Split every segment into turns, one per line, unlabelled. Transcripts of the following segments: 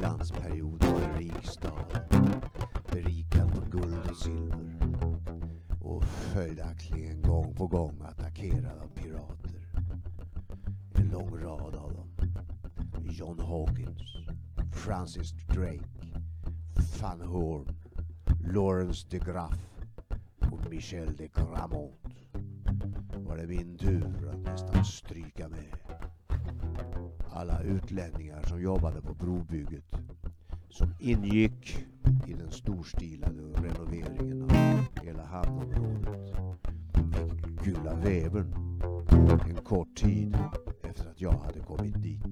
glansperiod var en rik stad, berikad på guld och silver och följaktligen gång på gång attackerad av pirater. En lång rad av dem. John Hawkins, Francis Drake, Van Horn, Lawrence de Graff och Michel de Gramont. Var det min tur att nästan stryka med. Alla utlänningar som jobbade på brobygget, som ingick i den storstilade renoveringen av hela hamnområdet, fick gula vevern en kort tid efter att jag hade kommit dit.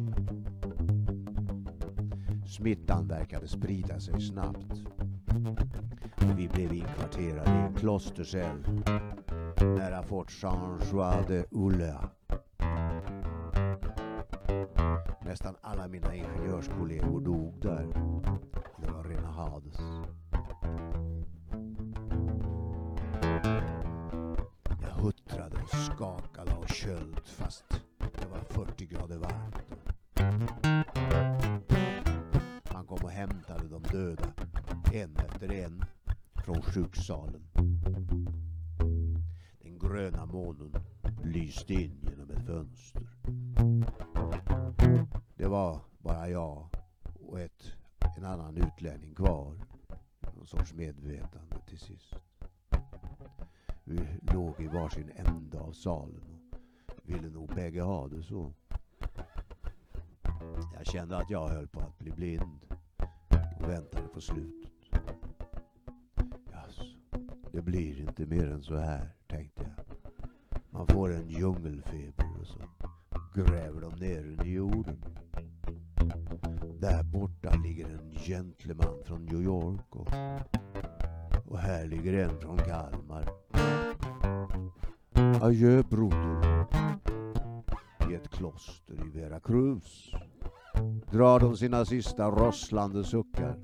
Smittan verkade sprida sig snabbt. Vi blev inkvarterade i en klostercell nära Fort Saint-Jean de Ulea. Nästan alla mina ingenjörskollegor dog där. Det var rena Hades. Jag huttrade och skakade och köld fast det var 40 grader varmt. Man kom och hämtade de döda en efter en från sjuksalen. Den gröna månen lyste in genom ett fönster. Det var bara jag och en annan utlänning kvar. Någon sorts medvetande till sist. Vi låg i varsin ända av salen och ville nog bägge ha det så. Jag kände att jag höll på att bli blind och väntade på slutet. Jaså, det blir inte mer än så här, tänkte jag. Man får en djungelfeber och så gräver de ner den i jorden. Där borta ligger en gentleman från New York och här ligger en från Kalmar. Adjö broder. I ett kloster i Veracruz drar de sina sista rosslande suckar.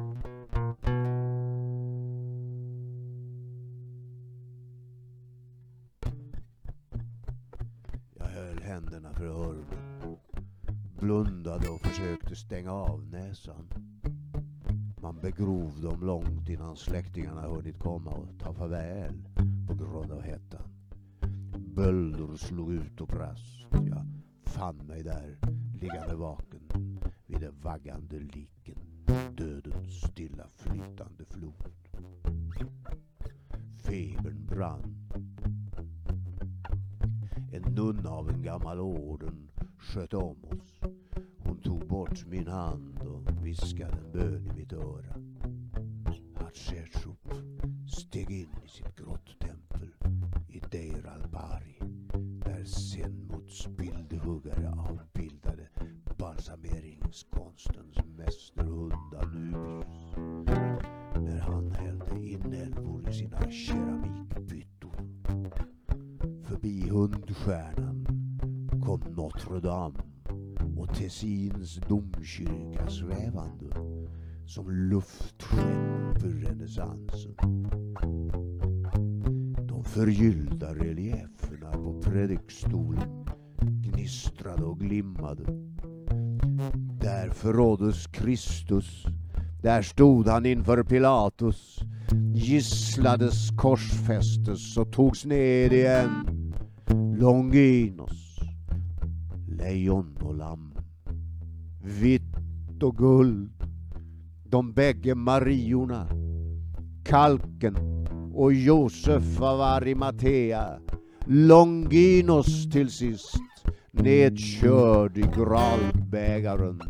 Jag höll händerna för öronen, blundade och försökte stänga av näsan. Man begrov dem långt innan släktingarna hunnit komma och ta farväl på grund av hettan. Bölder slog ut och brast. Jag fann mig där, liggande vaken vid de vaggande liken, dödens stilla flytande flod. Febern brann. En nunna av en gammal orden sköt om oss. Hon tog bort min hand och viskade en bön i mitt öra. Hatshepsut steg in i sitt grottempel i Deir al-Bari, där Senmuts bildhuggare avbildade balsameringskonstens mästerhund Anubius, när han hällde inälvor i sina keramikbyttor. Förbi hundstjärnan kom Notre Dame och Tessins domkyrka svävande som luftskepp ur renässansen. De förgyllda relieferna på predikstolen gnistrade och glimmade. Där förråddes Kristus, där stod han inför Pilatus, gisslades, korsfästes och togs ned igen. Longinos, lejon och lamm, vitt och guld, de bägge Mariorna, Kalken och Josef av Arimatea, Longinos till sist, nedkörd i gralbägaren.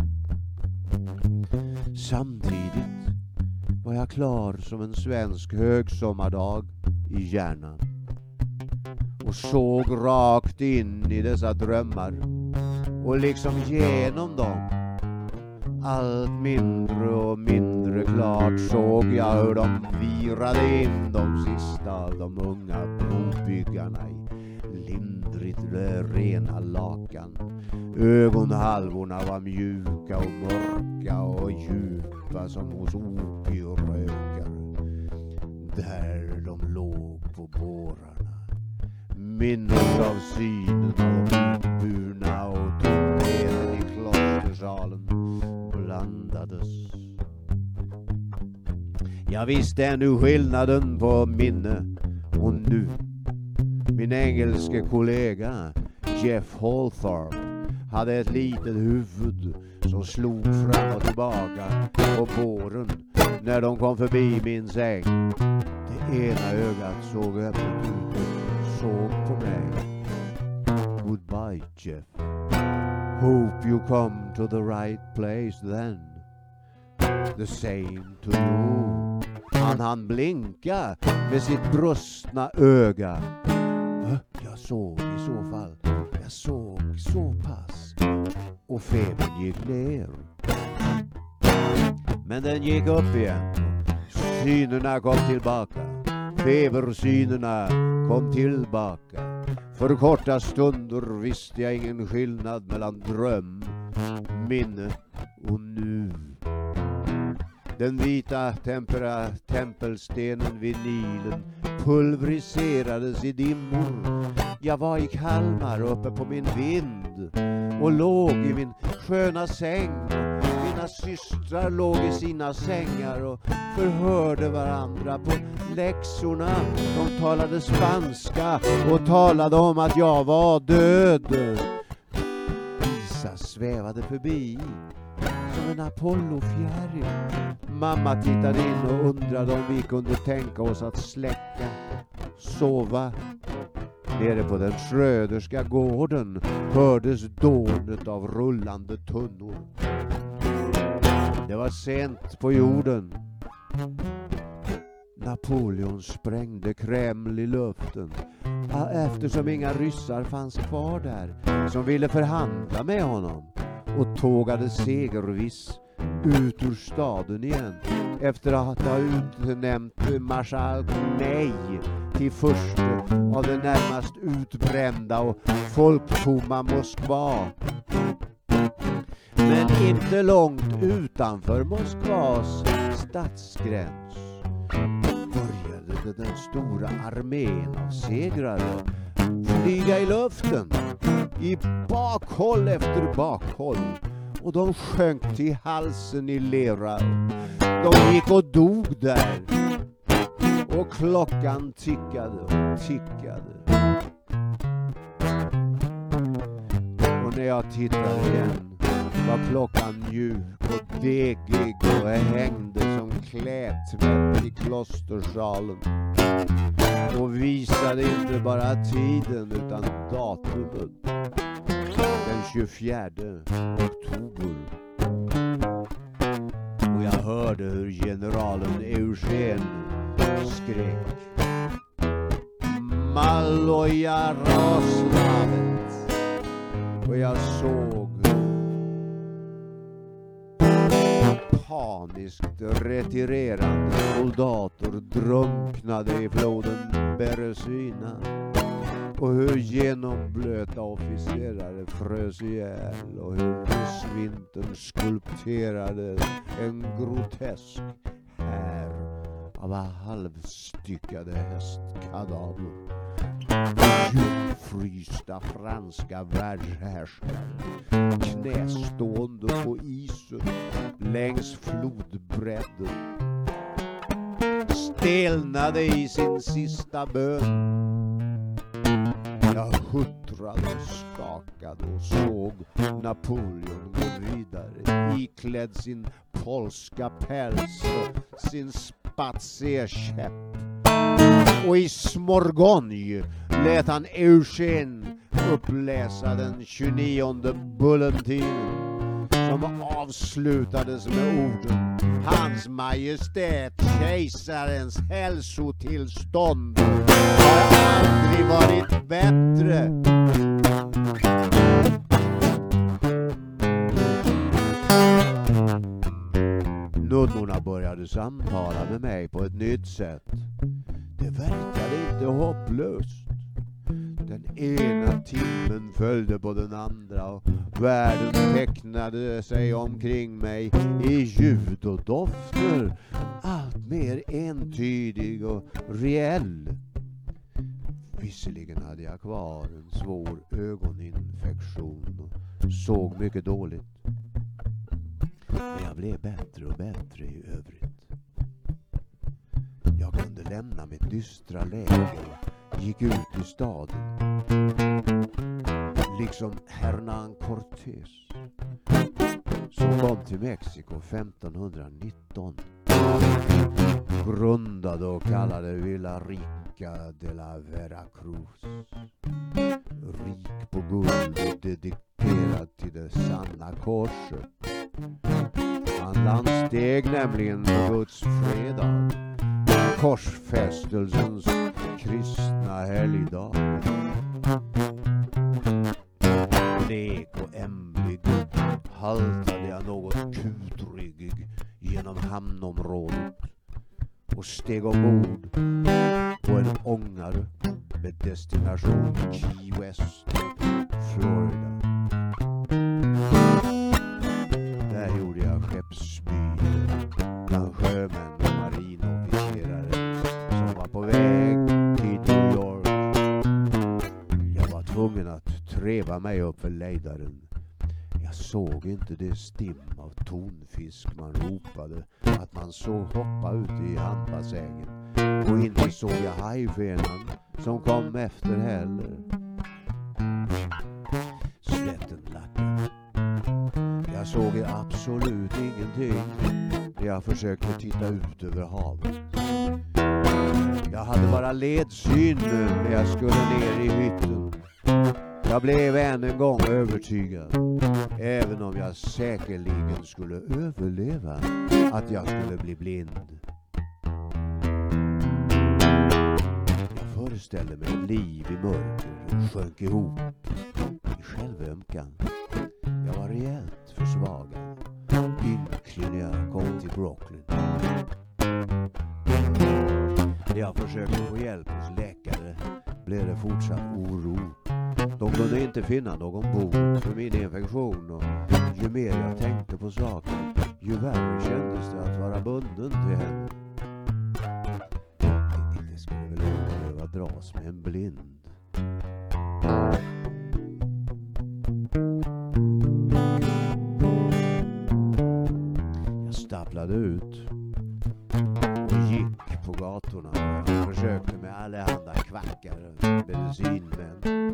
Samtidigt var jag klar som en svensk högsommardag i hjärnan och såg rakt in i dessa drömmar och liksom genom dem. Allt mindre och mindre klart såg jag hur de virade in de sista av de unga brobyggarna i lindrigt rena lakan. Ögonhalvorna var mjuka och mörka och djupa som hos opierökare. Där de låg på bårarna, minnet av synen av de utburna och tog benen i klostersalen, blandade saknades. Jag visste ännu skillnaden på minne och nu. Min engelske kollega Jeff Hawthorne hade ett litet huvud som slog fram och tillbaka på båren när de kom förbi min säng. Det ena ögat såg öppet ut och såg på mig. Goodbye, Jeff. Hope you come to the right place then. The same to you. Han blinka med sitt brustna öga. Jag såg i så fall. Jag såg så pass. Och febern gick ner. Men den gick upp igen. Synerna kom tillbaka. Febersynerna kom tillbaka. För korta stunder visste jag ingen skillnad mellan dröm, minne och nu. Den vita tempelstenen vid Nilen pulveriserades i dimmor. Jag var i Kalmar uppe på min vind och låg i min sköna säng. Mina systrar låg i sina sängar och förhörde varandra på läxorna. De talade spanska och talade om att jag var död. Isa svävade förbi som en Apollofjäril. Mamma tittade in och undrade om vi kunde tänka oss att släcka, sova. Nere på den Schröderska gården hördes dånet av rullande tunnor. Det var sent på jorden. Napoleon sprängde Kreml i luften. Eftersom inga ryssar fanns kvar där som ville förhandla med honom, och tågade segerviss ut ur staden igen efter att ha utnämnt marskalk Ney till förste av den närmast utbrända och folktomma Moskva. Men inte långt utanför Moskvas stadsgräns började den stora armén av segrare flyga i luften i bakhåll efter bakhåll, och de sjönk till halsen i lera. De gick och dog där, och klockan tickade och tickade. Och när jag tittade igen var klockan mjuk och degig och hängde som klätvätt i klostersalen och visade inte bara tiden utan datumet, den 24 oktober. Och jag hörde hur generalen Eugen skrek: Maloja Raslavet. Och jag såg paniskt retirerande soldater drunknade i floden Beresina, och hur genomblöta officerare frös ihjäl, och hur ryssvintern skulpterade en grotesk här av halvstyckade hästkadaver. Djupfrysta franska världshärskare knästående på isen längs flodbredden stelnade i sin sista bön. Jag huttrade, skakade och såg Napoleon gå vidare iklädd sin polska päls och sin spatserkäpp. Och i smorgonj lät han Eugen uppläsa den 29:e bulletinen, som avslutades med orden: Hans Majestät kejsarens hälsotillstånd har aldrig varit bättre. Nunnorna började samtala med mig på ett nytt sätt. Det verkade inte hopplöst. Den ena timmen följde på den andra och världen tecknade sig omkring mig i ljud och dofter, allt mer entydig och reell. Visserligen hade jag kvar en svår ögoninfektion och såg mycket dåligt. Men jag blev bättre och bättre i övrigt. Jag kunde lämna mitt dystra läger och gick ut i staden. Liksom Hernán Cortés, som kom till Mexiko 1519. Grundade och kallade Villa Rica de la Veracruz. Rik på guld och dedikerad till det sanna korset. Han landsteg nämligen på Guds fredag, korsfästelsens kristna helgdag. Blek och ämblig haltade jag något kutryggig genom hamnområdet och steg ombord på en ångare med destination Key West, Florida. Där gjorde jag skeppsbyte bland sjömän och marinofficerare som var på väg till New York. Jag var tvungen att treva mig upp för lejdaren. Jag såg inte det stim av tonfisk man ropade att man såg hoppa ut i hamnbassängen. Och inte såg jag hajfenan som kom efter heller. Slätten lackade. Jag såg absolut ingenting när jag försökte titta ut över havet. Jag hade bara ledsyn när jag skulle ner i hytten. Jag blev än en gång övertygad, även om jag säkerligen skulle överleva, att jag skulle bli blind. Jag föreställde mig ett liv i mörker och sjönk ihop i självömkan. Jag var rejält försvagad, ynklig när jag kom till Brooklyn. När jag försökte få hjälp hos läkare blev det fortsatt oro. De kunde inte finna någon bot för min infektion, och ju mer jag tänkte på saken, ju värre kändes det att vara bunden till henne. Det skulle väl behöva dras med en blind. Jag stapplade ut och gick på gatorna. Jag försökte med allehanda kvackare, medicinmän.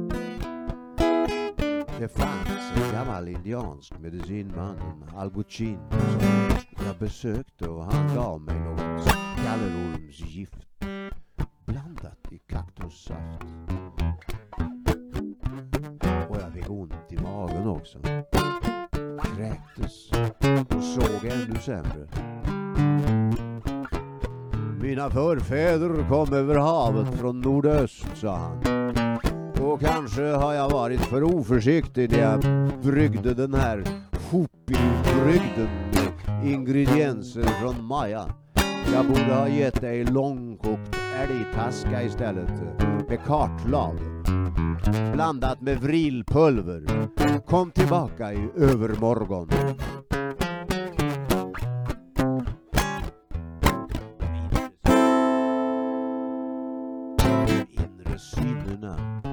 Det fanns en gammal indiansk medicinman, Alguchin, som jag besökte, och han gav mig något skallerormsgift blandat i kaktussaft. Och jag fick ont i magen också. Kräktes och såg ännu sämre. Mina förfäder kom över havet från nordöst, sa han. Och kanske har jag varit för oförsiktig när jag bryggde den här hopbrygden med ingredienser från Maya. Jag borde ha gett dig långkokt älgtaska istället, med kartlav blandat med vrilpulver. Kom tillbaka i övermorgon. Inre synerna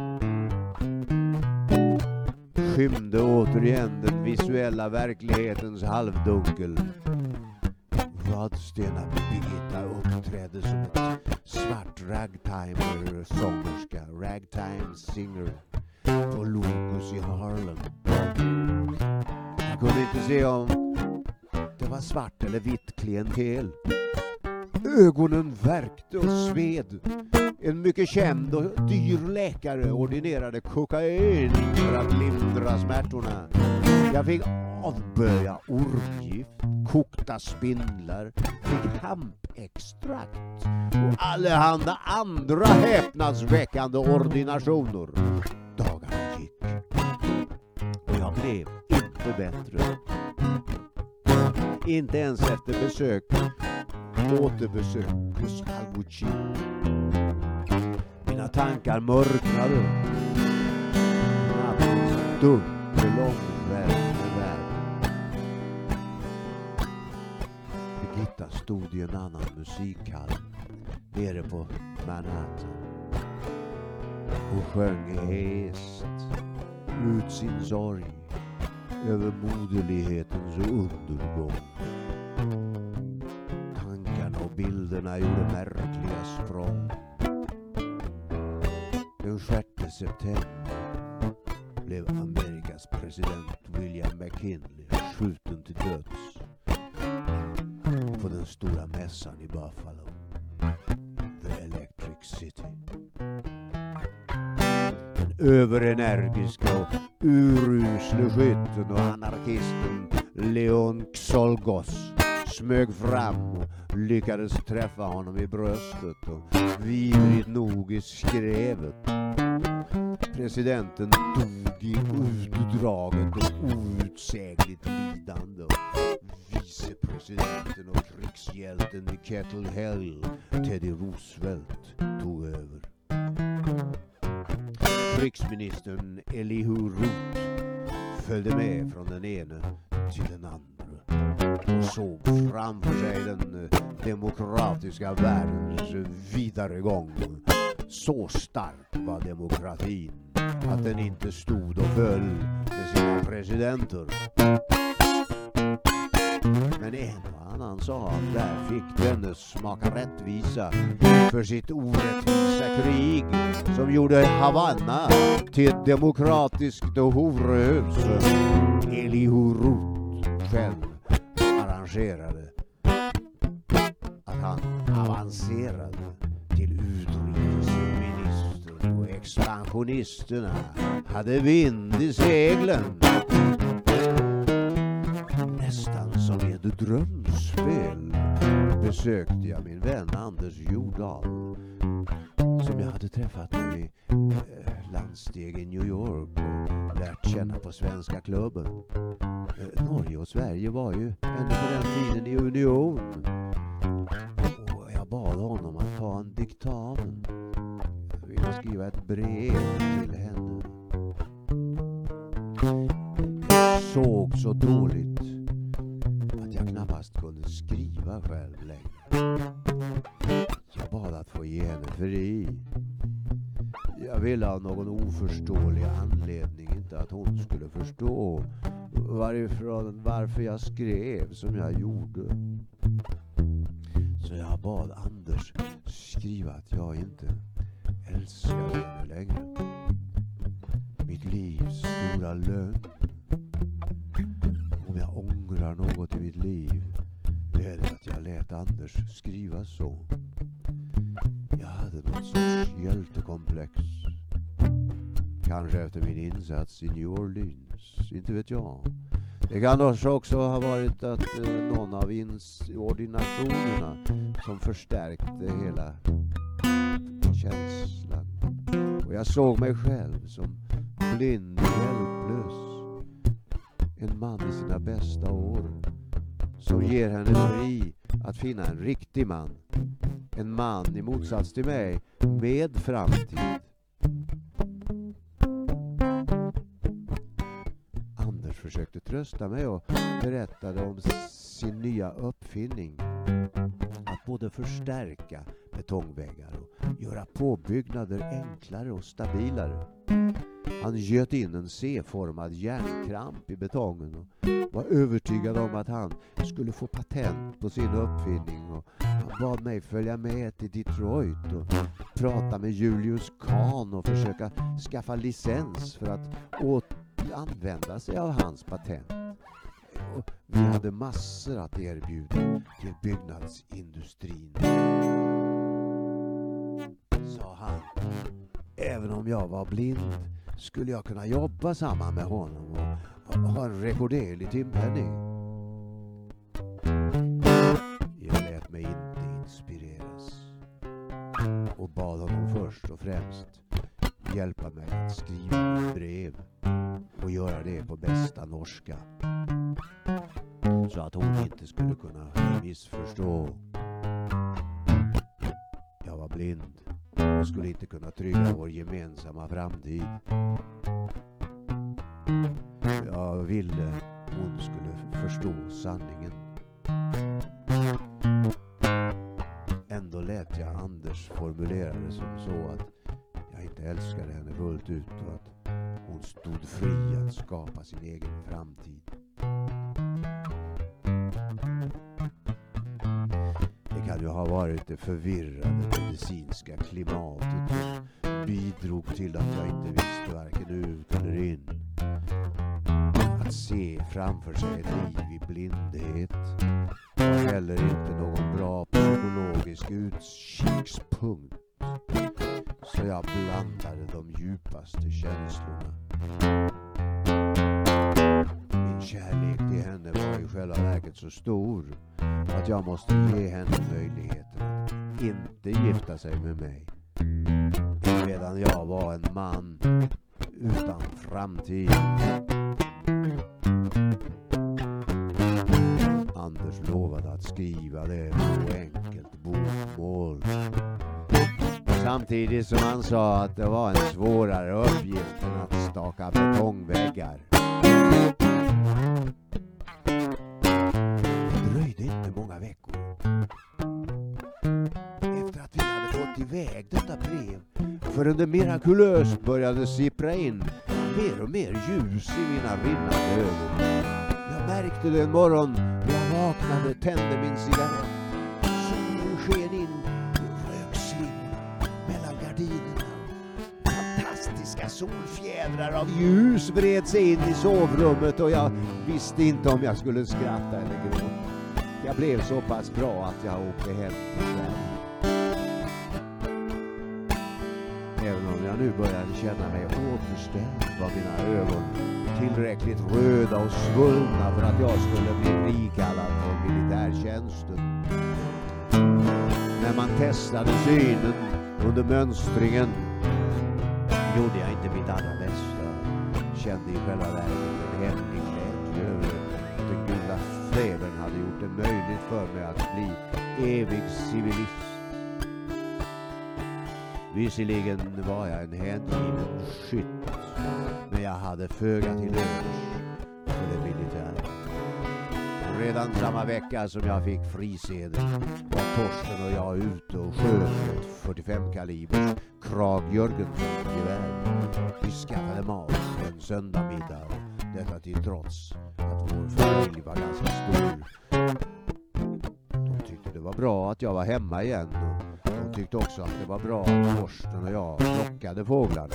skymde återigen den visuella verklighetens halvdunkel. Vadstena Birgitta uppträdde som ett svart ragtimer-sångerska, ragtime singer, på Locus i Harlem. Jag kunde inte se om det var svart eller vitt klientel. Ögonen värkte och sved. En mycket känd och dyr läkare ordinerade kokain för att lindra smärtorna. Jag fick avböja ormgift, kokta spindlar, fick hampextrakt och allehanda andra häpnadsväckande ordinationer. Dagarna gick och jag blev inte bättre. Inte ens efter återbesök hos Alguchin. Mina tankar mörknade. Nattens dunkel omvälvde världen. Birgitta stod i en annan musikhall nere på Manhattan och sjöng häst ut sin sorg över moderlighetens undergång. Tankarna och bilderna gjorde märkliga språng. Den 6 september blev Amerikas president William McKinley skjuten till döds på den stora mässan i Buffalo, The Electric City. Den överenergiska och urusle skytten och anarkisten Leon Xolgos smög fram och lyckades träffa honom i bröstet och vidrigt nog i skrevet. Presidenten dog i utdraget och outsägligt lidande. Vicepresidenten och krigshjälten i Kettle Hill, Teddy Roosevelt, tog över. Krigsministern Elihu Root följde med från den ene till den andra och såg framför sig den demokratiska världens vidare gång. Så stark var demokratin att den inte stod och föll med sina presidenter. Men en och annan sa att där fick denne smaka rättvisa för sitt orättvisa krig som gjorde Havanna till ett demokratiskt horhus. Elihu Root själv arrangerade att han avancerade till utrikesminister och expansionisterna hade vind i seglen. Nästan som i ett drömspel besökte jag min vän Anders Jordahl som jag hade träffat när vi landsteg i New York och lärt känna på svenska klubben. Norge och Sverige var ju ännu på den tiden i union. Och jag bad honom att ta en diktamen. Jag ville skriva ett brev till henne. Jag såg så dåligt att jag knappast kunde skriva själv längre. Jag bad att få ge henne fri. Jag ville av någon oförståelig anledning inte att hon skulle förstå varför jag skrev som jag gjorde. Så jag bad Anders skriva att jag inte älskar henne längre. Mitt livs stora lögn. Om jag ångrar något i mitt liv är det att jag lät Anders skriva så. Jag hade något sorts hjältekomplex. Kanske efter min insats i New Orleans, inte vet jag. Det kan också ha varit att någon av ordinationerna som förstärkte hela känslan. Och jag såg mig själv som blind och hjälplös. En man i sina bästa år som ger henne fri att finna en riktig man. En man i motsats till mig med framtid. Anders försökte trösta mig och berättade om sin nya uppfinning. Att både förstärka betongväggar och göra påbyggnader enklare och stabilare. Han göt in en C-formad järnkramp i betongen och var övertygad om att han skulle få patent på sin uppfinning. Och han bad mig följa med till Detroit och prata med Julius Kahn och försöka skaffa licens för att använda sig av hans patent. Och vi hade massor att erbjuda till byggnadsindustrin, sa han. Även om jag var blind skulle jag kunna jobba samman med honom och ha en rekorderlig timpenning. Jag lät mig inte inspireras och bad honom först och främst hjälpa mig att skriva ett brev och göra det på bästa norska så att hon inte skulle kunna missförstå. Jag var blind och skulle inte kunna trygga vår gemensamma framtid. Jag ville hon skulle förstå sanningen. Ändå lät jag Anders formulera det som så att jag inte inte älskade henne fullt ut och att hon stod fri att skapa sin egen framtid. Det kan ju ha varit det förvirrade medicinska klimatet som bidrog till att jag inte visste varken ut eller in. Att se framför sig ett liv i blindhet var heller inte någon bra psykologisk utkikspunkt. Så jag blandade de djupaste känslorna. Min kärlek till henne var i själva verket så stor att jag måste ge henne möjligheten att inte gifta sig med mig. Medan jag var en man utan framtid. Anders lovade att skriva det på enkelt bokmål. Samtidigt som han sa att det var en svårare uppgift än att staka betongväggar. Det dröjde inte många veckor efter att vi hade fått iväg detta brev förrän det mirakulöst började sippra in mer och mer ljus i mina rinnande ögon. Jag märkte det en morgon när jag vaknade, tände min cigarett. Solen sken in i rökslingor mellan gardinerna. Fantastiska solfjädrar av ljus vred sig in i sovrummet och jag visste inte om jag skulle skratta eller gråta. Jag blev så pass bra att jag åkte hem till Sverige. Även om jag nu började känna mig återställd var mina ögon tillräckligt röda och svullna för att jag skulle bli frikallad från militärtjänsten. När man testade synen under mönstringen gjorde jag inte mitt allra bästa. Kände i själva verket en hemlig glädje över att den gula febern hade gjort det möjligt för mig att bli evig civilist. Visserligen var jag en hängiven skytt, men jag hade föga till övers för det militära. Redan samma vecka som jag fick frisedel var Torsten och jag ute och sköt ett 45 kalibers Krag Jörgensen-gevär. Vi skaffade mat en söndagmiddag, detta till trots att vår familj var ganska stor. De tyckte det var bra att jag var hemma igen och de tyckte också att det var bra att Torsten och jag plockade fåglarna.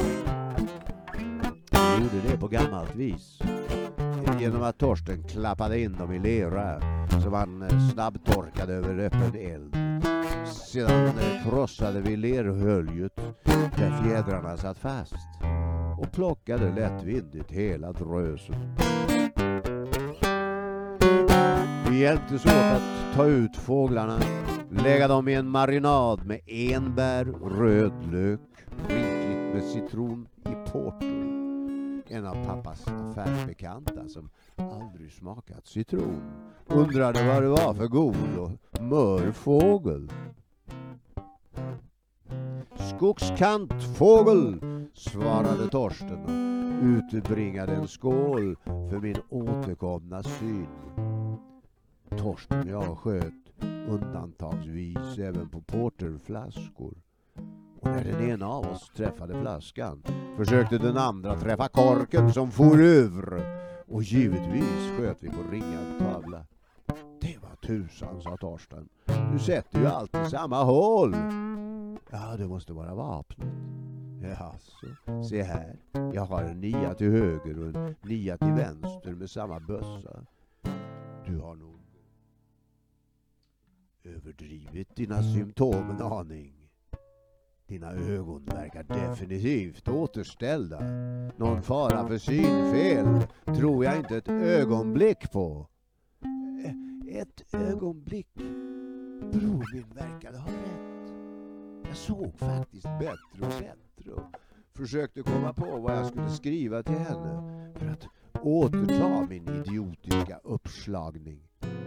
Vi gjorde det på gammalt vis. Genom att Torsten klappade in dem i lera som han snabbtorkade över öppen eld. Sedan krossade vi lerhöljet där fjädrarna satt fast och plockade lättvindigt hela drösen. Vi hjälptes åt att ta ut fåglarna, lägga dem i en marinad med enbär, rödlök, rikligt med citron i porter. En av pappas affärsbekanta som aldrig smakat citron undrade vad det var för god och mör fågel. Skogskantfågel, svarade Torsten och utbringade en skål för min återkomna syn. Torsten och jag sköt undantagsvis även på porterflaskor. Och när den ena av oss träffade flaskan försökte den andra träffa korken som for över. Och givetvis sköt vi på ringad tavla. Det var tusan, sa Torsten. Du sätter ju alltid samma hål. Ja, det måste vara vapnet. Ja, så. Se här. Jag har en 9 till höger och en 9 till vänster med samma bössa. Du har nog överdrivit dina symptom en aning. Dina ögon verkar definitivt återställda. Någon fara för synfel tror jag inte ett ögonblick på. Ett ögonblick. Bror min verkade ha rätt. Jag såg faktiskt bättre och bättre och försökte komma på vad jag skulle skriva till henne för att återta min idiotiska uppslagning.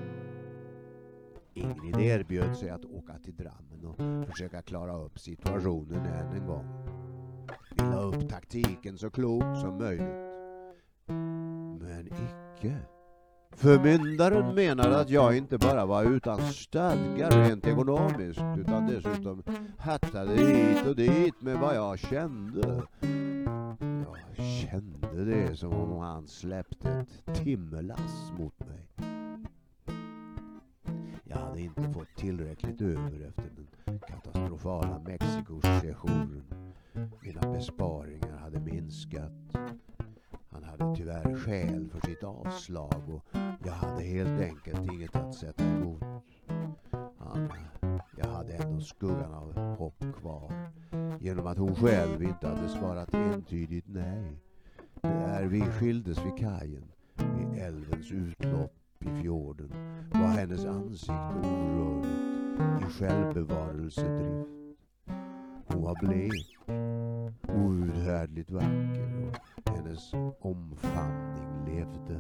Ingen idé erbjöd sig att åka till Drammen och försöka klara upp situationen än en gång. Vi la upp taktiken så klokt som möjligt. Men icke. Förmyndaren menade att jag inte bara var utan stadgar rent ekonomiskt utan dessutom hattade hit och dit med vad jag kände. Jag kände det som om han släppte ett timmerlass mot mig. Jag hade inte fått tillräckligt över efter den katastrofala Mexiko-sessionen. Mina besparingar hade minskat. Han hade tyvärr skäl för sitt avslag och jag hade helt enkelt inget att sätta emot. Jag hade ändå skuggan av hopp kvar genom att hon själv inte hade svarat entydigt nej. När vi skildes vid kajen, vid älvens utlopp i fjorden, var hennes ansikte orörligt i självbevarelsedrift. Hon var blek, outhärdligt vacker och hennes omfamning levde.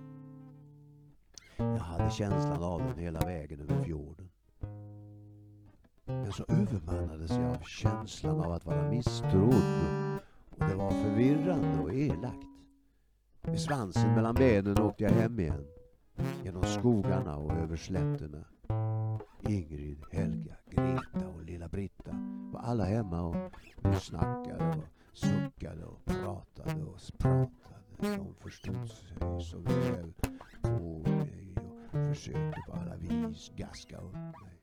Jag hade känslan av den hela vägen över fjorden. Men så övermannades jag av känslan av att vara misstrodd och det var förvirrande och elakt. Med svansen mellan benen åkte jag hem igen, genom skogarna och över slätterna. Ingrid, Helga, Greta och lilla Britta var alla hemma och de snackade och suckade och pratade och spratade. De förstod sig så väl på mig och försökte på alla vis gaska upp mig.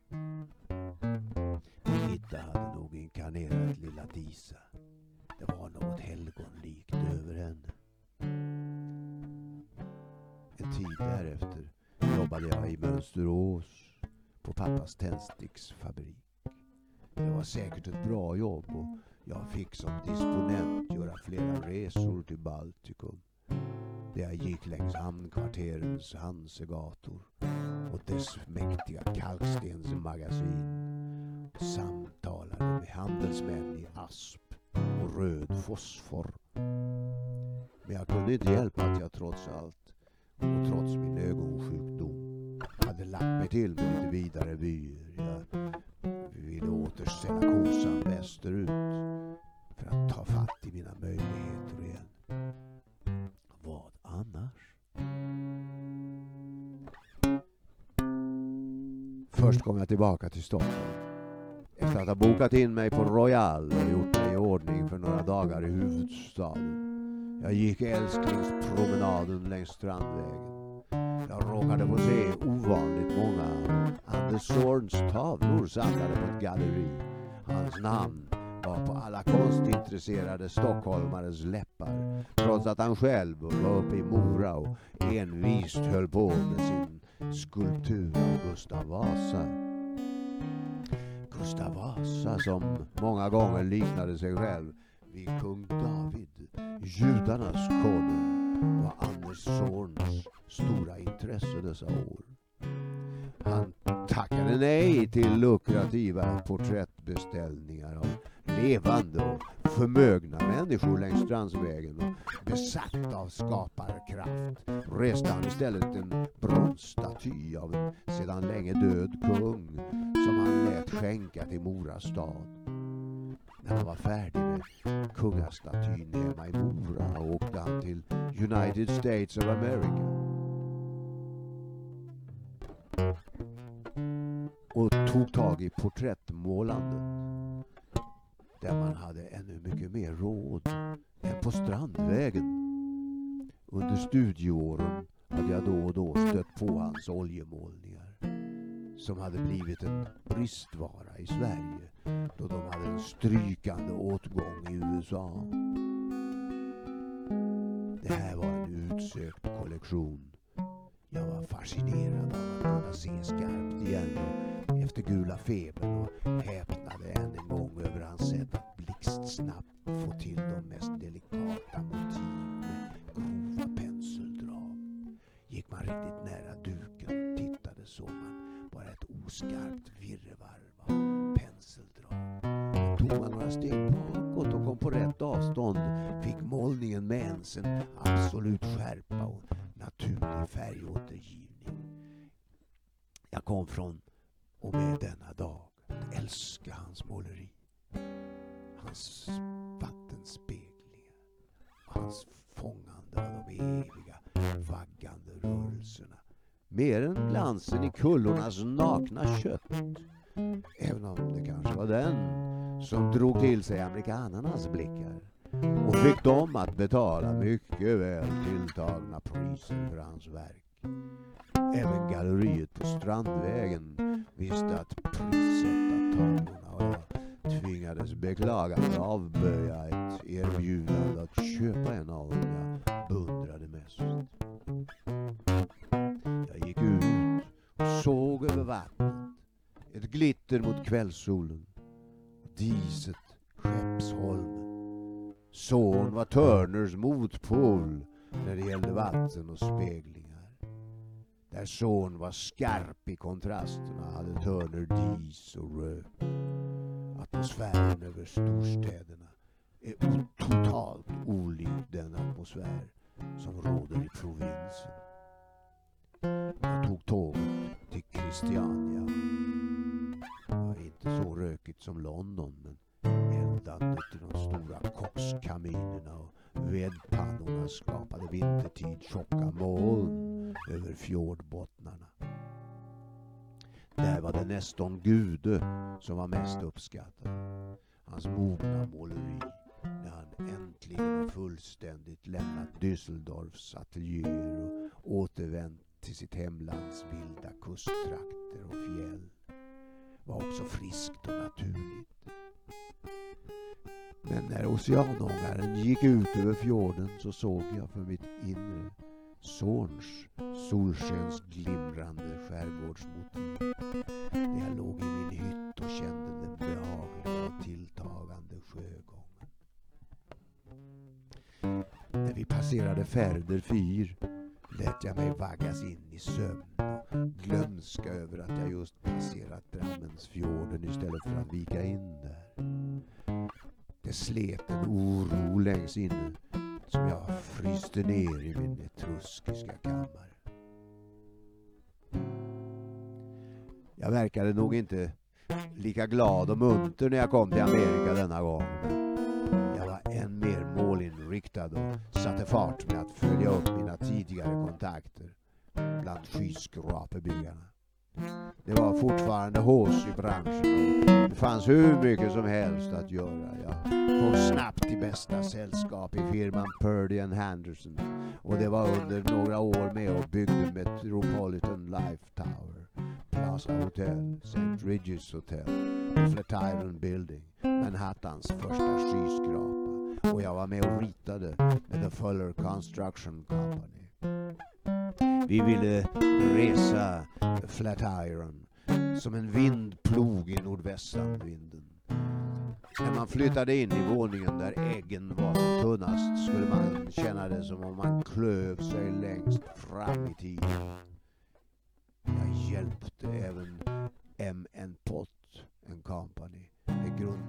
Britta hade nog inkarnerat lilla Disa. Det var något helgonlikt över henne. En tid därefter jobbade jag i Mönsterås på pappas tändsticksfabrik. Det var säkert ett bra jobb och jag fick som disponent göra flera resor till Baltikum. Där jag gick längs hamnkvarterens Hansegator och dess mäktiga kalkstensmagasin och samtalade med handelsmän i asp och röd fosfor. Men jag kunde inte hjälpa att jag trots allt och trots min ögonsjukdom hade lagt mig till med lite vidare vyer. Jag ville återställa kosan västerut för att ta fatt i mina möjligheter igen. Vad annars? Först kom jag tillbaka till Stockholm. Efter att ha bokat in mig på Royal och gjort mig i ordning för några dagar i huvudstaden. Jag gick älsklingspromenaden längs Strandvägen. Jag råkade få se ovanligt många Anders Zorns tavlor samlade på ett galleri. Hans namn var på alla konstintresserade stockholmares läppar, trots att han själv var uppe i Mora och envist höll på med sin skulptur av Gustav Vasa. Gustav Vasa som många gånger liknade sig själv vid kung David, judarnas konung, var Anders Zorns stora intresse dessa år. Han tackade nej till lukrativa porträttbeställningar av levande och förmögna människor längs Strandsvägen och besatt av skaparkraft reste han istället en bronsstaty av en sedan länge död kung som han lät skänka till Mora stad. När han var färdig med kungastatyn hemma i Mora åkte han till United States of America och tog tag i porträttmålandet, där man hade ännu mycket mer råd än på Strandvägen. Under studieåren hade jag då och då stött på hans oljemålningar, som hade blivit en bristvara i Sverige då de hade en strykande åtgång i USA. Det här var en utsökt kollektion. Jag var fascinerad av att kunna se skarpt igen och efter Gula febern och häpnade än en gång över hans sätt att blixtsnabbt få till de mest delikata motiv med grova penseldrag. Gick man riktigt nära duken och tittade såg man bara ett oskarpt virrvarv av penseldrag. Men tog man några steg bakåt och kom på rätt avstånd fick målningen med ens en absolut skärpa och naturlig färgåtergivning. Jag kom från och med denna dag att älska hans måleri, hans vattenspeglingar och hans fångande av de eviga vaggande rörelserna linserna. Mer än glansen i kullornas nakna kött. Även om det kanske var den som drog till sig amerikanernas blickar och fick dem att betala mycket väl tilltagna priser för hans verk. Även galleriet på Strandvägen visste att prissätta tavlorna, och jag tvingades beklagande avböja ett erbjudande att köpa en av dem jag beundrade mest. Jag gick ut och såg över vattnet, ett glitter mot kvällssolen, diset, Skeppsholmen. Son var Turners motpol när det gällde vatten och speglingar. Där Son var skarp i kontrasterna hade Turner dis och rök. Atmosfären över storstäderna är totalt olik den atmosfär som råder i provinsen. Jag tog tåget till Christiania. Det var inte så rökigt som London, men eldandet i de stora kokskaminerna och vedpannorna skapade vintertid tjocka moln över fjordbottnarna. Där var det Neston Gude som var mest uppskattad. Hans mogna måleri när han äntligen och fullständigt lämnat Düsseldorfs ateljéer och återvänt till sitt hemlands vilda kusttrakter och fjäll var också friskt och naturligt. Men när oceanångaren gick ut över fjorden så såg jag för mitt inre Sons solskensglimrande skärgårdsmotiv. När jag låg i min hytt och kände den behagliga och tilltagande sjögången. När vi passerade Färder fyr lät jag mig vaggas in i sömn och glömska över att jag just passerat Drammensfjorden istället för att vika in där. Det slet en oro längs inne som jag fryste ner i min etruskiska kammare. Jag verkade nog inte lika glad och munter när jag kom till Amerika denna gång. Men jag var än mer målinriktad och satte fart med att följa upp mina tidigare kontakter bland skyskrapebyggarna. Det var fortfarande hås i branschen och det fanns hur mycket som helst att göra. Jag kom snabbt till bästa sällskap i firman Purdy & Henderson och det var under några år med och byggde Metropolitan Life Tower, Plaza Hotel, St. Regis Hotel, Flatiron Building, Manhattans första skyskrapa, och jag var med och ritade med The Fuller Construction Company. Vi ville resa Flatiron som en vindplog i nordvästanvinden. När man flyttade in i våningen där äggen var som tunnast skulle man känna det som om man klöv sig längst fram i tiden. Jag hjälpte även M.N. Pott & Company med grund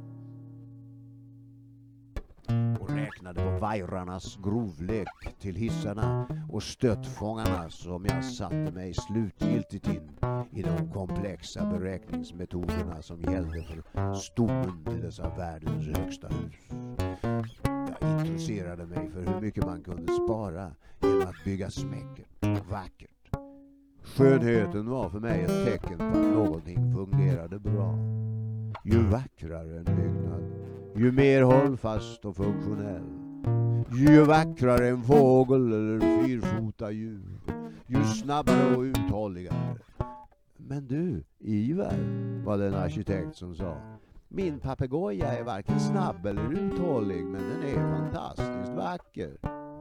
och räknade på vajrarnas grovlek till hissarna och stöttfångarna som jag satte mig slutgiltigt in i de komplexa beräkningsmetoderna som gällde för stommen till dessa världens högsta hus. Jag intresserade mig för hur mycket man kunde spara genom att bygga smäckert och vackert. Skönheten var för mig ett tecken på att någonting fungerade bra. Ju vackrare en byggnad, ju mer hållfast och funktionell. Ju vackrare en fågel eller fyrfota djur, ju snabbare och uthålligare. Men du, Ivar, var det en arkitekt som sa. Min papegoja är varken snabb eller uthållig, men den är fantastiskt vacker.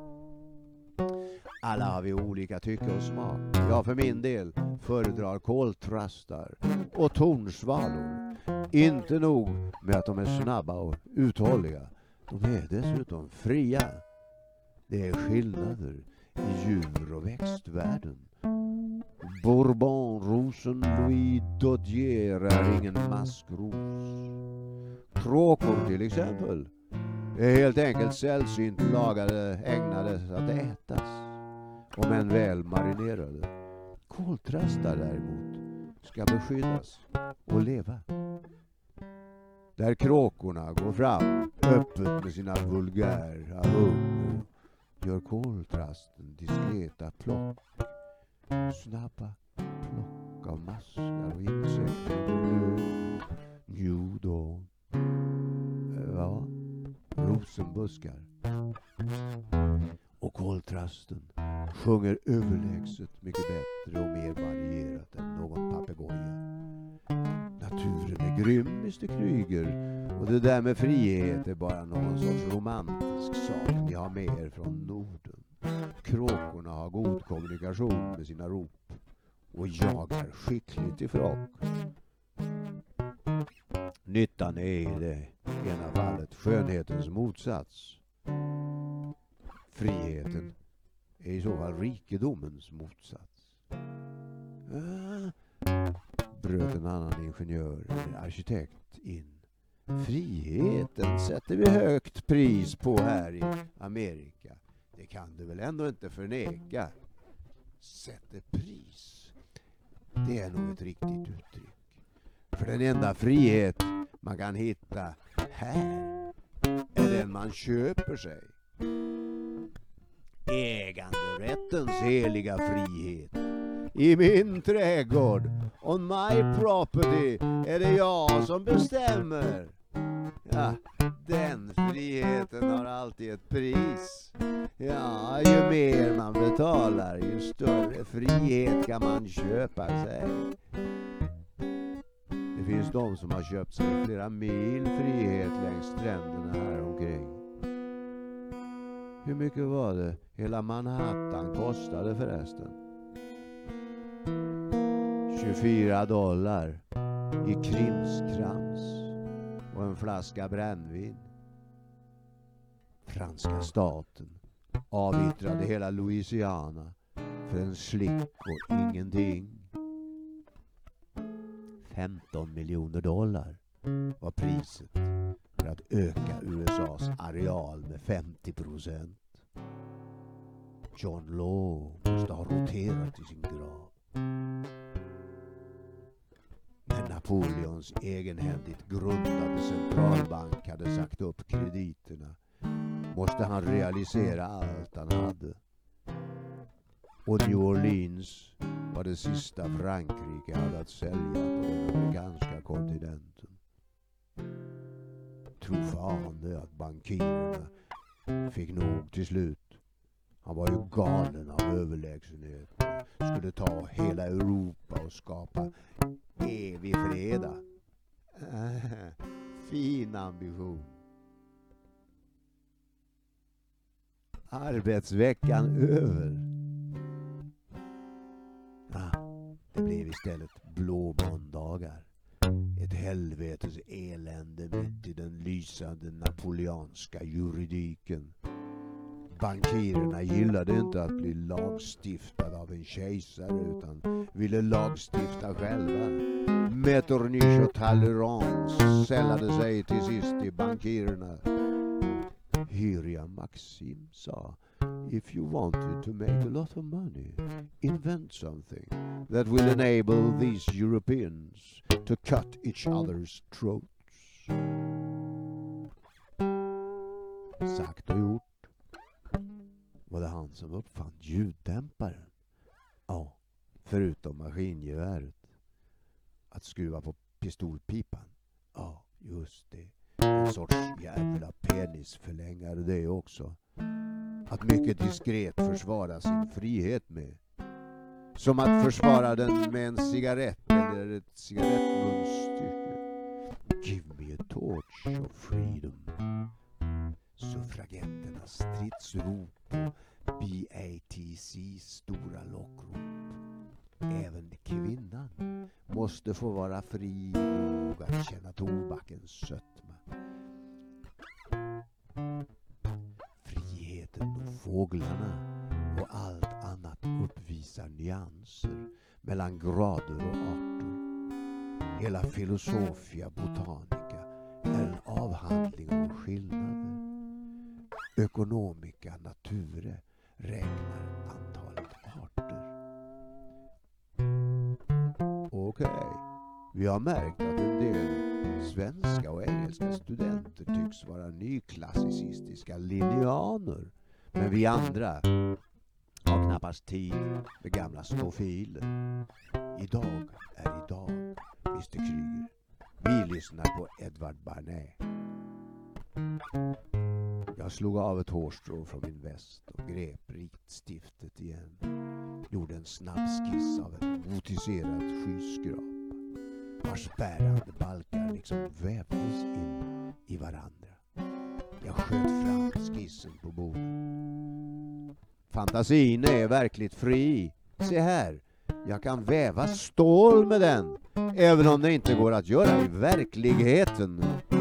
Alla har vi olika tycke och smak. Jag för min del föredrar koltrastar och tornsvalor. Inte nog med att de är snabba och uthålliga. De är dessutom fria. Det är skillnader i djur- och växtvärlden. Bourbonrosen Louis Dodier är ingen maskros. Kråkor till exempel är helt enkelt sällsynt lagade, ägnade att ätas, om än väl marinerade. Koltrastar däremot ska beskyddas och leva. Där kråkorna går fram öppet med sina vulgära hunger, gör koltrasten diskreta plock Snabba plock av maskar och insekter och löv. New Dawn. Ja, rosenbuskar. Och koltrasten sjunger överlägset mycket bättre och mer varierat än någon papegoja. Naturen är grym, Mr. Kryger. Och det där med frihet är bara någon sorts romantisk sak ni har med er från Norden. Kråkorna har god kommunikation med sina rop och jagar skickligt i flock. Nyttan är i det ena fallet skönhetens motsats. Friheten är i så fall rikedomens motsats. Bröt en annan ingenjör eller arkitekt in. Friheten sätter vi högt pris på här i Amerika. Det kan du väl ändå inte förneka. Sätter pris. Det är nog ett riktigt uttryck. För den enda frihet man kan hitta här är den man köper sig. Äganderättens heliga frihet. I min trädgård, on my property, är det jag som bestämmer. Ja, den friheten har alltid ett pris. Ja, ju mer man betalar, ju större frihet kan man köpa sig. Det finns de som har köpt sig flera mil frihet längs stränderna här omkring. Hur mycket var det hela Manhattan kostade förresten? $24 i krimskrams och en flaska brännvin. Franska staten avyttrade hela Louisiana för en slick och ingenting. $15 miljoner var priset för att öka USAs areal med 50%. John Law måste ha roterat i sin grav. När Napoleons egenhändigt grundade centralbank hade sagt upp krediterna måste han realisera allt han hade. Och New Orleans var det sista Frankrike hade att sälja på den amerikanska kontinenten. Tro fan det att bankirerna fick nog till slut. Han var ju galen av överlägsenhet. Skulle ta hela Europa och skapa evig freda. Fin ambition. Arbetsveckan över. Det blev istället blå måndagar. Ett helvetes elände mitt i den lysande napoleanska juridiken. Bankirerna gillade inte att bli lagstiftade av en kejsare utan ville lagstifta själva. Metternich och Talleyrand sällade sig till sist till bankirerna. Hyria Maxim sa: If you wanted to make a lot of money, invent something that will enable these Europeans to cut each other's throats. Sagt och gjort. Var det han som uppfann ljuddämparen? Ja, förutom maskingeväret. Att skruva på pistolpipan? Ja, just det. En sorts jävla penisförlängare det också. Att mycket diskret försvara sin frihet med. Som att försvara den med en cigarett eller ett cigarettmunstycke. Give me a torch of freedom. Suffragetternas stridsrop och BATCs stora lockrop. Även kvinnan måste få vara fri nog att känna tobakens sötma. Friheten och fåglarna och allt annat uppvisar nyanser mellan grader och arter. Hela filosofia botanica är en avhandling om skillnader. Ökonomika nature räknar antalet arter. Okej, vi har märkt att en del svenska och engelska studenter tycks vara nyklassicistiska linjeaner. Men vi andra har knappast tid med gamla stofiler. Idag är idag, Mr. Kryger. Vi lyssnar på Edvard Barnett. Jag slog av ett hårstrå från min väst och grep ritstiftet igen. Gjorde en snabb skiss av en gotiserad skyskrapa vars bärande balkar liksom vävdes in i varandra. Jag sköt fram skissen på bordet. Fantasin är verkligt fri. Se här, jag kan väva stål med den, även om det inte går att göra i verkligheten.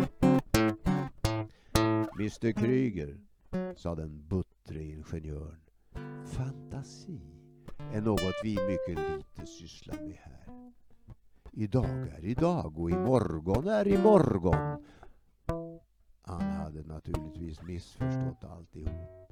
Mr. Kryger, sa den buttre ingenjören, fantasi är något vi mycket lite sysslar med här. Idag är idag och imorgon är imorgon. Han hade naturligtvis missförstått alltihop.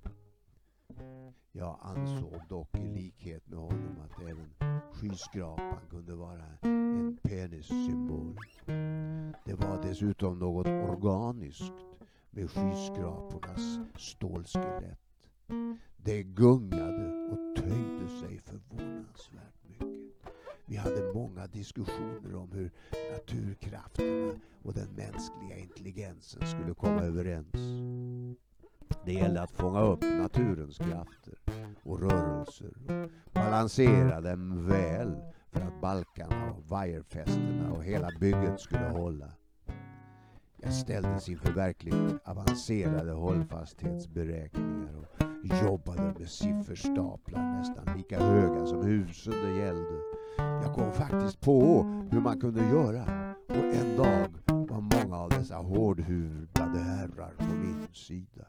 Jag ansåg dock i likhet med honom att även skyskrapan kunde vara en penissymbol. Det var dessutom något organiskt med skyskrapornas stålskelett. Det gungade och töjde sig förvånansvärt mycket. Vi hade många diskussioner om hur naturkrafterna och den mänskliga intelligensen skulle komma överens. Det gällde att fånga upp naturens krafter och rörelser och balansera dem väl för att balkarna och vajerfästena och hela bygget skulle hålla. Jag ställdes inför verkligt avancerade hållfasthetsberäkningar och jobbade med sifferstaplar nästan lika höga som husen det gällde. Jag kom faktiskt på hur man kunde göra, och en dag var många av dessa hårdhudade herrar på min sida.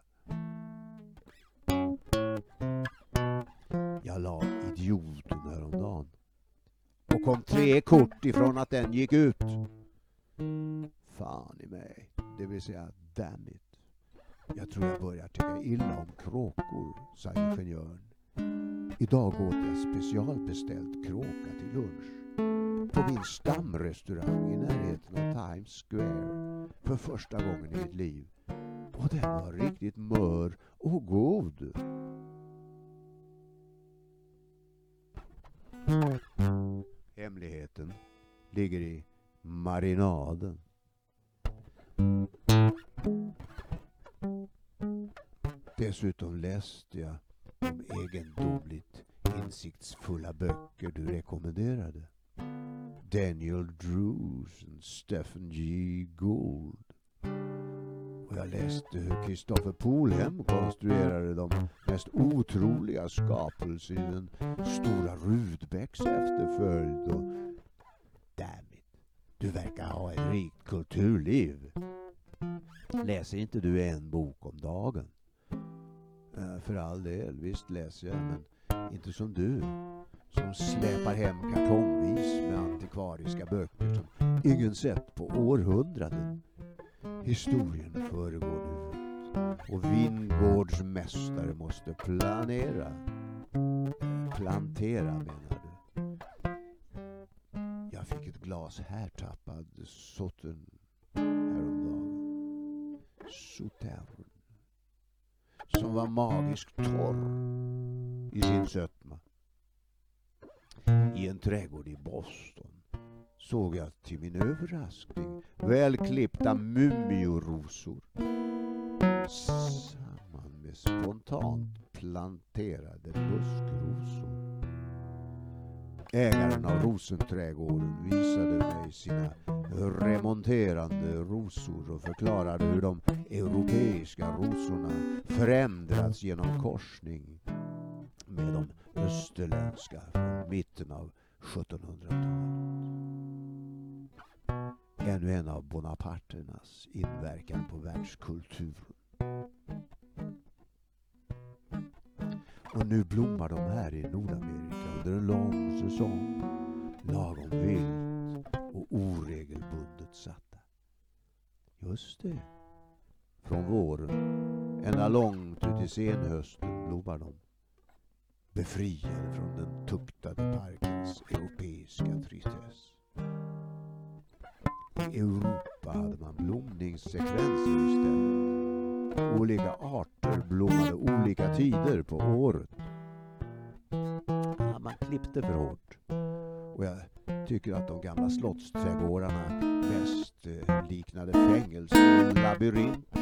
Jag la idioten häromdagen och kom 3 kort ifrån att den gick ut. Fan i mig, det vill säga damn it. Jag tror jag börjar tycka illa om kråkor, sa ingenjören. Idag åt jag specialbeställt kråka till lunch på min stamrestaurang i närheten av Times Square för första gången i mitt liv. Och den var riktigt mör och god. Hemligheten ligger i marinaden. Dessutom läste jag de egendomligt insiktsfulla böcker du rekommenderade. Daniel Drews och Stephen G. Gould. Och jag läste hur Christopher Polhem konstruerade de mest otroliga skapelser i den stora Rudbecks efterföljd. Och damn it, du verkar ha ett rikt kulturliv. Läser inte du en bok om dagen? För all del, visst läser jag, men inte som du, som släpar hem kartongvis med antikvariska böcker som ingen sett på århundraden. Historien föregår huvudet och vingårdsmästare måste plantera menar du. Jag fick ett glas härtappad Sautern häromdagen. Sautern. Som var magiskt torr i sin sötma. I en trädgård i Boston såg jag till min överraskning välklippta mumiorosor samman med spontant planterade buskrosor. Ägaren av rosenträdgården visade mig sina remonterande rosor och förklarade hur de europeiska rosorna förändrats genom korsning med de österländska från mitten av 1700-talet. Ännu en av Bonaparternas inverkan på världskulturen. Och nu blommar de här i Nordamerika under en lång säsong, lagom vilt och oregelbundet satta. Just det. Från våren, ända långt ut i senhösten blommar de. Befriade från den tuktade parkens europeiska tristess. I Europa hade man blomningssekvenser istället. Olika arter blommade olika tider på året. klippte för hårt. Och jag tycker att de gamla slottsträdgårdarna mest liknade fängelse och labyrint.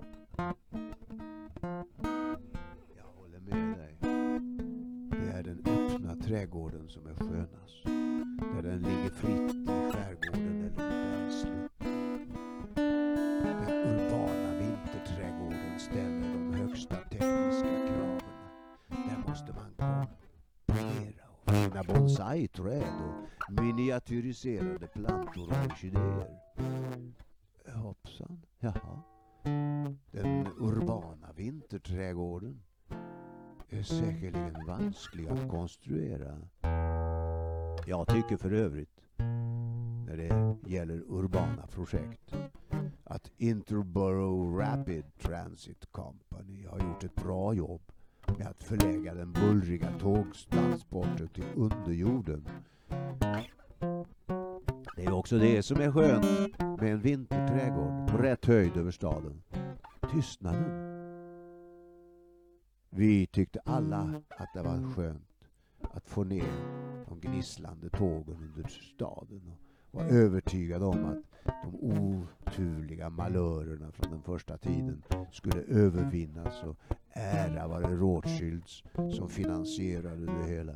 Jag håller med dig. Det är den öppna trädgården som är skönast. Där den ligger fritt i skärgården eller i bergslutt. Den urbana vinterträdgården ställer de högsta tekniska kraven. Där måste man komponera och finna bonsai-träd och miniatyriserade plantor och orkidéer. Hoppsan, jaha. Den urbana vinterträdgården är säkerligen vansklig att konstruera. Jag tycker för övrigt, när det gäller urbana projekt, att Interborough Rapid Transit Company har gjort ett bra jobb med att förlägga den bullriga tågtransporten till underjorden. Det är också det som är skönt med en vinterträdgård på rätt höjd över staden. Tystnaden. Vi tyckte alla att det var skönt att få ner de gnisslande tågen under staden och var övertygade om att de oturliga malörerna från den första tiden skulle övervinnas och ära var det Rothschilds som finansierade det hela.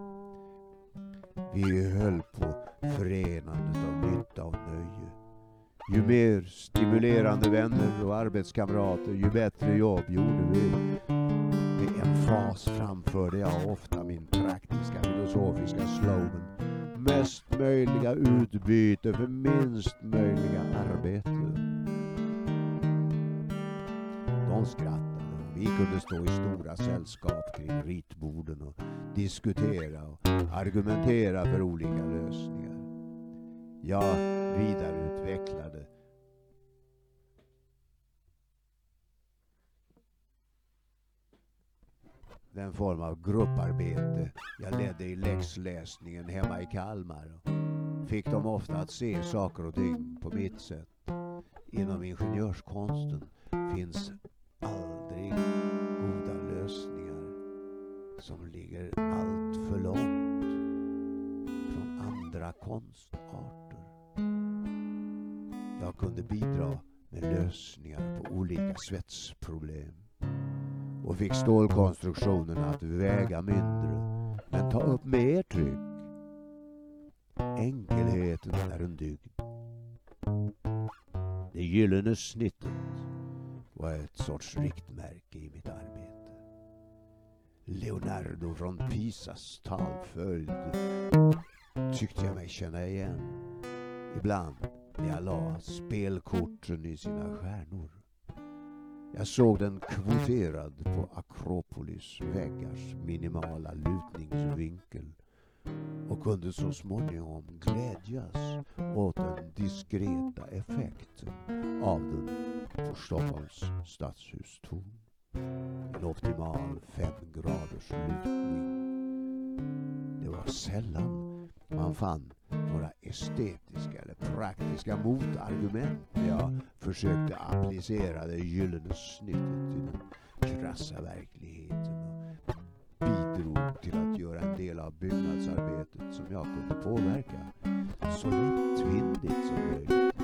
Vi höll på förenandet av nytta och nöje. Ju mer stimulerande vänner och arbetskamrater, ju bättre jobb gjorde vi. Med emfas framförde jag ofta min praktiska filosofiska slogan: mest möjliga utbyte för minst möjliga arbete. De skrattade och vi kunde stå i stora sällskap kring ritborden och diskutera och argumentera för olika lösningar. Jag vidareutvecklade den form av grupparbete jag ledde i läxläsningen hemma i Kalmar och fick dem ofta att se saker och ting på mitt sätt. Inom ingenjörskonsten finns aldrig goda lösningar som ligger allt för långt från andra konstarter. Jag kunde bidra med lösningar på olika svetsproblem och fick stålkonstruktionerna att väga mindre men ta upp mer tryck. Enkelheten är en dygd. Det gyllene snittet var ett sorts riktmärke i mitt arbete. Leonardo från Pisas talföljd tyckte jag mig känna igen. Ibland när jag la spelkorten i sina stjärnor. Jag såg den kvoterad på Akropolis väggars minimala lutningsvinkel och kunde så småningom glädjas åt den diskreta effekten av den på Stockholms stadshustorn. En optimal 5 graders lutning. Det var sällan man fann några estetiska eller praktiska motargument när jag försökte applicera det gyllene snittet till den krassa verkligheten och bidrog till att göra en del av byggnadsarbetet som jag kunde påverka så lättvindigt som möjligt.